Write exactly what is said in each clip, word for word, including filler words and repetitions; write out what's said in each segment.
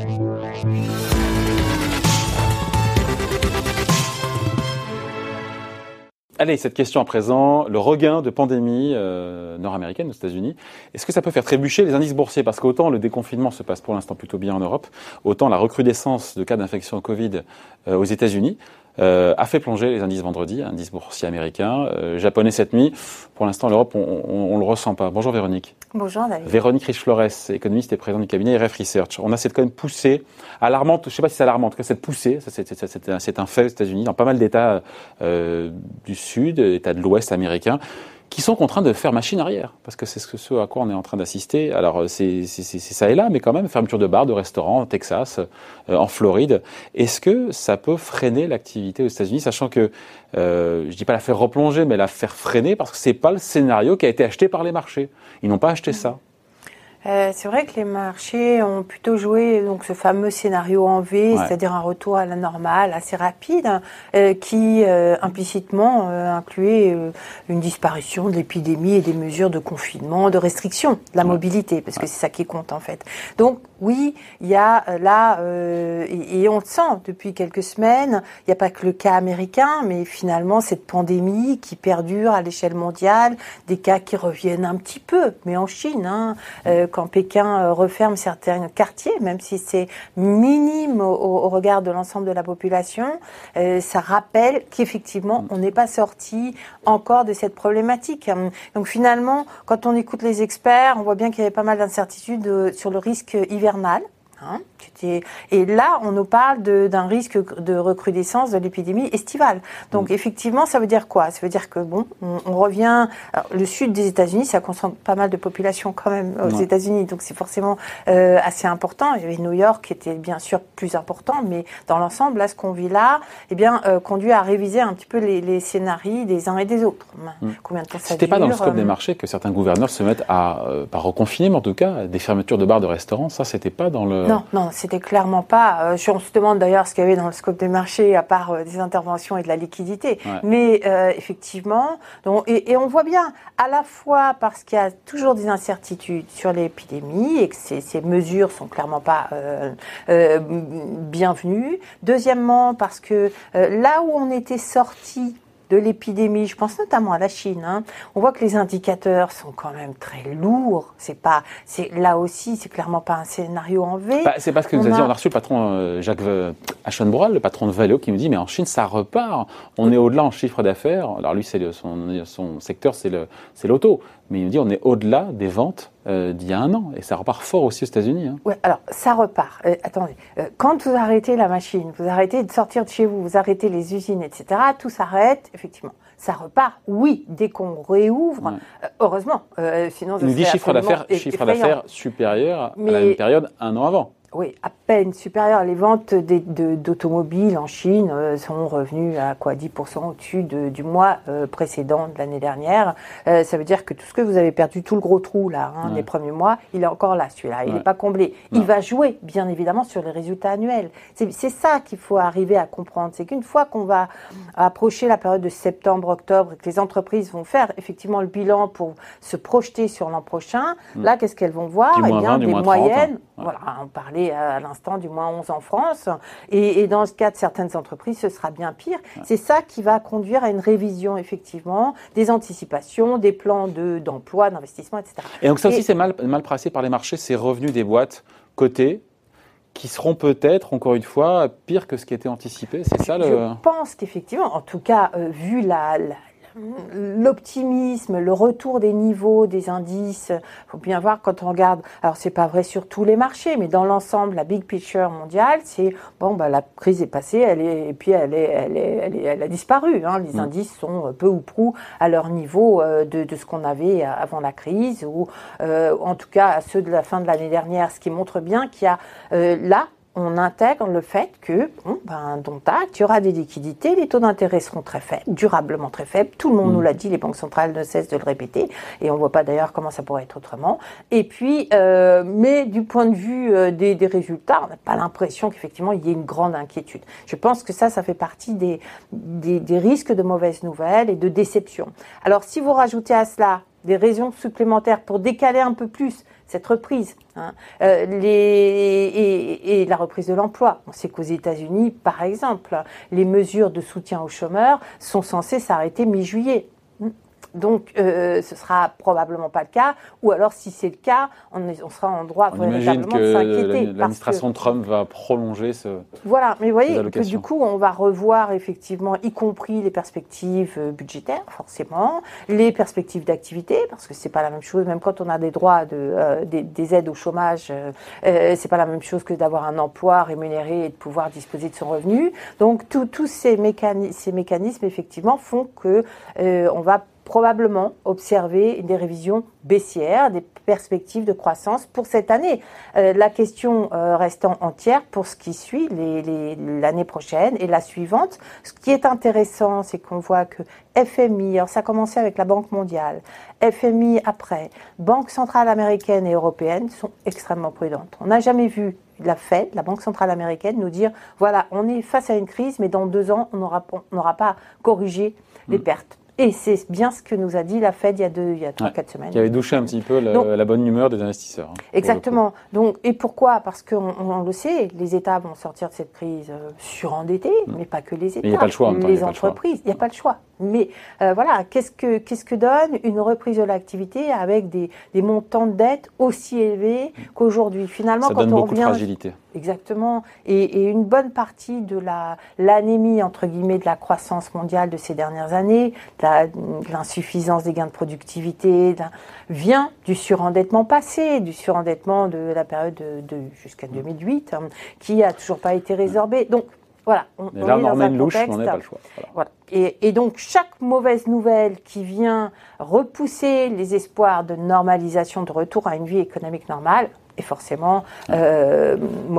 Allez, cette question à présent, le regain de pandémie euh, nord-américaine aux États-Unis, est-ce que ça peut faire trébucher les indices boursiers? Parce qu'autant le déconfinement se passe pour l'instant plutôt bien en Europe, autant la recrudescence de cas d'infection au Covid euh, aux États-Unis euh, a fait plonger les indices vendredi, indice boursier américain, euh, japonais cette nuit. Pour l'instant, l'Europe, on, on, on le ressent pas. Bonjour Véronique. Bonjour David. Véronique Riche-Flores, économiste et présidente du cabinet R F Research. On a cette quand même poussée alarmante, je ne sais pas si c'est alarmant, en tout cas cette poussée, ça, c'est, c'est, c'est, un, c'est un fait aux États-Unis, dans pas mal d'États euh, du Sud, États de l'Ouest américain, qui sont contraints de faire machine arrière, parce que c'est ce, ce à quoi on est en train d'assister. Alors c'est, c'est, c'est, c'est ça et là, mais quand même, fermeture de bars, de restaurants, en Texas, euh, en Floride. Est-ce que ça peut freiner l'activité aux États-Unis, sachant que, euh, je dis pas la faire replonger, mais la faire freiner, parce que c'est pas le scénario qui a été acheté par les marchés. Ils n'ont pas acheté ça. Euh, c'est vrai que les marchés ont plutôt joué donc ce fameux scénario en V, ouais. c'est-à-dire un retour à la normale assez rapide, euh, qui euh, implicitement euh, incluait euh, une disparition de l'épidémie et des mesures de confinement, de restriction de la ouais. mobilité, parce ouais. que c'est ça qui compte en fait. Donc oui, il y a euh, là, euh, et, et on le sent depuis quelques semaines, il n'y a pas que le cas américain, mais finalement cette pandémie qui perdure à l'échelle mondiale, des cas qui reviennent un petit peu, mais en Chine, hein, euh, quand Pékin referme certains quartiers, même si c'est minime au, au regard de l'ensemble de la population, euh, ça rappelle qu'effectivement, on n'est pas sorti encore de cette problématique. Donc finalement, quand on écoute les experts, on voit bien qu'il y avait pas mal d'incertitudes sur le risque hivernal. Hein, et là, on nous parle de, d'un risque de recrudescence de l'épidémie estivale. Donc, mmh. effectivement, ça veut dire quoi? Ça veut dire que bon, on, on revient. Alors, le sud des États-Unis, ça concentre pas mal de population quand même aux ouais. États-Unis, donc c'est forcément euh, assez important. Il y avait New York qui était bien sûr plus important, mais dans l'ensemble, là, ce qu'on vit là, eh bien, euh, conduit à réviser un petit peu les, les scénarios des uns et des autres. Mmh. Combien de temps ça C'était dure? Pas dans le scope euh... des marchés que certains gouverneurs se mettent à, euh, pas reconfiner, mais en tout cas, des fermetures de bars, de restaurants. Ça, c'était pas dans le. Non, non, c'était clairement pas. Euh, on se demande d'ailleurs ce qu'il y avait dans le scope des marchés, à part euh, des interventions et de la liquidité. Ouais. Mais euh, effectivement, donc, et, et on voit bien, à la fois parce qu'il y a toujours des incertitudes sur l'épidémie et que ces, ces mesures sont clairement pas euh, euh, bienvenues. Deuxièmement, parce que euh, là où on était sorti de l'épidémie, je pense notamment à la Chine, hein, on voit que les indicateurs sont quand même très lourds. C'est pas, c'est là aussi, c'est clairement pas un scénario en V. Bah, c'est parce que on, nous a dit, on a reçu le patron euh, Jacques Aschenbroil, le patron de Valeo, qui nous dit mais en Chine ça repart. On oui. est au-delà en chiffre d'affaires. Alors lui, c'est le, son, son secteur, c'est le, c'est l'auto. Mais il nous dit on est au-delà des ventes euh, d'il y a un an et ça repart fort aussi aux États-Unis. Hein. Oui, alors ça repart. Euh, attendez, euh, quand vous arrêtez la machine, vous arrêtez de sortir de chez vous, vous arrêtez les usines, et cetera. Tout s'arrête, effectivement. Ça repart, oui, dès qu'on réouvre. Ouais. Euh, heureusement, euh, sinon il nous dit chiffre d'affaires, chiffre d'affaires supérieur Mais... à la même période un an avant. Oui, à peine supérieur. Les ventes des, de, d'automobiles en Chine euh, sont revenues à quoi dix pour cent au-dessus de, du mois euh, précédent de l'année dernière. Euh, ça veut dire que tout ce que vous avez perdu, tout le gros trou là, hein, ouais. les premiers mois, il est encore là, celui-là. Il n'est ouais. pas comblé. Non. Il va jouer, bien évidemment, sur les résultats annuels. C'est, c'est ça qu'il faut arriver à comprendre. C'est qu'une fois qu'on va approcher la période de septembre-octobre et que les entreprises vont faire effectivement le bilan pour se projeter sur l'an prochain, mmh. là, qu'est-ce qu'elles vont voir? Du Eh moins bien, vingt, des du moins moyennes. Ouais. Voilà, on parlait à l'instant du moins onze en France. Et, et dans le cas de certaines entreprises, ce sera bien pire. Ouais. C'est ça qui va conduire à une révision, effectivement, des anticipations, des plans de, d'emploi, d'investissement, et cetera. Et donc ça aussi, et, c'est mal, mal pricé par les marchés, ces revenus des boîtes cotées qui seront peut-être, encore une fois, pires que ce qui était anticipé. C'est ça le... Je pense qu'effectivement, en tout cas, euh, vu la... la l'optimisme, le retour des niveaux, des indices, il faut bien voir quand on regarde, alors c'est pas vrai sur tous les marchés, mais dans l'ensemble, la big picture mondiale, c'est, bon, bah, la crise est passée, elle est, et puis elle est, elle est, elle est, elle a disparu, hein. Les mmh. indices sont peu ou prou à leur niveau euh, de, de ce qu'on avait avant la crise, ou euh, en tout cas à ceux de la fin de l'année dernière, ce qui montre bien qu'il y a euh, là, on intègre le fait que, bon, ben, dont acte, il y aura des liquidités, les taux d'intérêt seront très faibles, durablement très faibles. Tout le monde mmh. nous l'a dit, les banques centrales ne cessent de le répéter, et on ne voit pas d'ailleurs comment ça pourrait être autrement. Et puis, euh, mais du point de vue euh, des, des résultats, on n'a pas l'impression qu'effectivement il y ait une grande inquiétude. Je pense que ça, ça fait partie des, des, des risques de mauvaises nouvelles et de déception. Alors, si vous rajoutez à cela des raisons supplémentaires pour décaler un peu plus cette reprise, hein, euh, les, et, et, et la reprise de l'emploi. On sait qu'aux États-Unis, par exemple, les mesures de soutien aux chômeurs sont censées s'arrêter mi-juillet. Donc, euh, ce sera probablement pas le cas. Ou alors, si c'est le cas, on, est, on sera en droit on véritablement de s'inquiéter. L'administration que... Trump va prolonger ce. Voilà, mais vous voyez que du coup, on va revoir effectivement, y compris les perspectives budgétaires, forcément, les perspectives d'activité, parce que c'est pas la même chose. Même quand on a des droits, de, euh, des, des aides au chômage, euh, c'est pas la même chose que d'avoir un emploi rémunéré et de pouvoir disposer de son revenu. Donc, tous ces, mécani- ces mécanismes, effectivement, font que euh, on va probablement observer des révisions baissières, des perspectives de croissance pour cette année. Euh, la question euh, restant entière pour ce qui suit les, les, l'année prochaine et la suivante. Ce qui est intéressant, c'est qu'on voit que F M I, alors ça a commencé avec la Banque mondiale, F M I après, Banque centrale américaine et européenne sont extrêmement prudentes. On n'a jamais vu la Fed, la Banque centrale américaine, nous dire voilà, on est face à une crise, mais dans deux ans, on n'aura on n'aura pas corrigé les mmh. pertes. Et c'est bien ce que nous a dit la Fed il y a deux, il y a trois, ouais, quatre semaines. Qui avait douché un petit peu la, Donc, la bonne humeur des investisseurs. Hein, exactement. Donc, et pourquoi ? Parce qu'on on le sait, les États vont sortir de cette crise surendettés, mmh. mais pas que les États. Mais il n'y a pas le choix. En même temps, les entreprises, il n'y a pas le choix. Mais euh, voilà, qu'est-ce que, qu'est-ce que donne une reprise de l'activité avec des, des montants de dette aussi élevés qu'aujourd'hui ? Finalement, ça quand donne on beaucoup revient, de fragilité. Exactement. Et, et une bonne partie de la, l'anémie, entre guillemets, de la croissance mondiale de ces dernières années, de, la, de l'insuffisance des gains de productivité, de la, vient du surendettement passé, du surendettement de la période de, de jusqu'à deux mille huit, hein, qui n'a toujours pas été résorbé. Donc, voilà. On, Mais là, on, on en remet une louche, on n'a pas le choix. Voilà. Voilà. Et, et donc, chaque mauvaise nouvelle qui vient repousser les espoirs de normalisation, de retour à une vie économique normale, est forcément euh,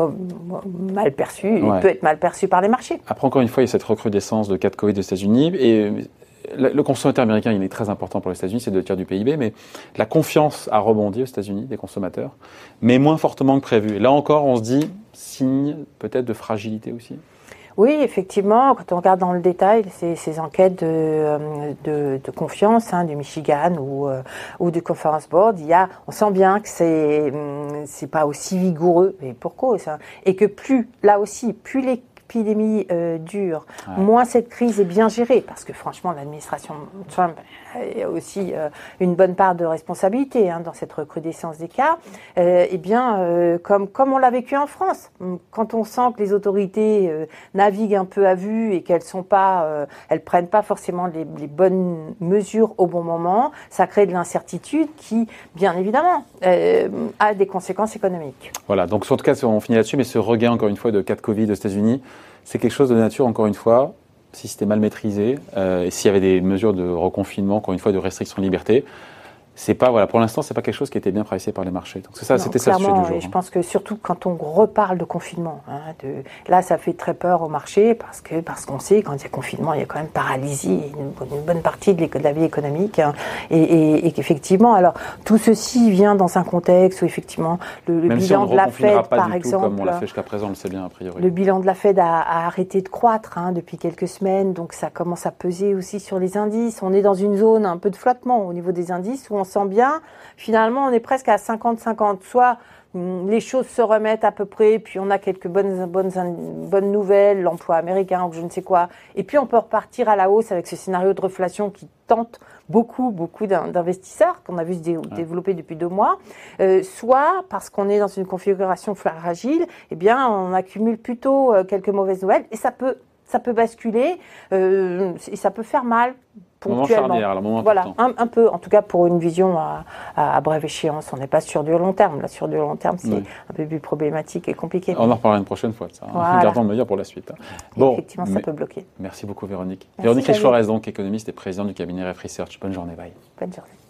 mal perçu, ouais. peut être mal perçu par les marchés. Après, encore une fois, il y a cette recrudescence de cas de Covid aux États-Unis. Et le consommateur américain, il est très important pour les États-Unis, c'est deux tiers du P I B, mais la confiance a rebondi aux États-Unis des consommateurs, mais moins fortement que prévu. Et là encore, on se dit, signe peut-être de fragilité aussi. Oui, effectivement, quand on regarde dans le détail ces, ces enquêtes de, de, de confiance hein, du Michigan ou, euh, ou du Conference Board, il y a, on sent bien que c'est c'est pas aussi vigoureux, et pour cause, hein, et que plus, là aussi, plus les l'épidémie euh, dure, ouais. moins cette crise est bien gérée, parce que franchement, l'administration Trump a aussi euh, une bonne part de responsabilité hein, dans cette recrudescence des cas. Euh, eh bien, euh, comme comme on l'a vécu en France, quand on sent que les autorités euh, naviguent un peu à vue et qu'elles sont pas, euh, elles prennent pas forcément les, les bonnes mesures au bon moment, ça crée de l'incertitude qui, bien évidemment, euh, a des conséquences économiques. Voilà. Donc, en tout cas, on finit là-dessus, mais ce regain encore une fois de cas de Covid aux États-Unis, c'est quelque chose de nature, encore une fois, si c'était mal maîtrisé, euh, et s'il y avait des mesures de reconfinement, encore une fois, de restriction de liberté, c'est pas, voilà, pour l'instant, c'est pas quelque chose qui était bien pricé par les marchés. Donc c'est ça, non, c'était ça le sujet du jour. Et je pense que surtout quand on reparle de confinement, hein, de, là, ça fait très peur au marché parce que parce qu'on sait quand il y a confinement, il y a quand même paralysie, une, une bonne partie de, de la vie économique, hein, et, et, et qu'effectivement, alors tout ceci vient dans un contexte où effectivement le, le bilan si on de la Fed, pas par du exemple, tout comme on l'a fait jusqu'à présent, on le sait bien a priori. Le bilan de la Fed a, a arrêté de croître hein, depuis quelques semaines, donc ça commence à peser aussi sur les indices. On est dans une zone un peu de flottement au niveau des indices où on sent bien. Finalement, on est presque à cinquante cinquante. Soit les choses se remettent à peu près, puis on a quelques bonnes, bonnes, bonnes nouvelles, l'emploi américain ou je ne sais quoi. Et puis on peut repartir à la hausse avec ce scénario de reflation qui tente beaucoup, beaucoup d'investisseurs qu'on a vu se dé- ouais. développer depuis deux mois. Euh, soit parce qu'on est dans une configuration fragile, eh bien on accumule plutôt quelques mauvaises nouvelles et ça peut, ça peut basculer euh, et ça peut faire mal. Moment charnière, moment voilà, un, un peu, en tout cas pour une vision à, à, à brève échéance. On n'est pas sur du long terme. Là, sur du long terme, c'est oui. un peu plus problématique et compliqué. On en reparlera une prochaine fois de ça. Voilà. Gardons le meilleur pour la suite. Bon, effectivement, ça peut bloquer. Merci beaucoup, Véronique. Merci Véronique Riche-Flores, donc économiste et présidente du cabinet Ref Research. Bonne journée, bye. Bonne journée.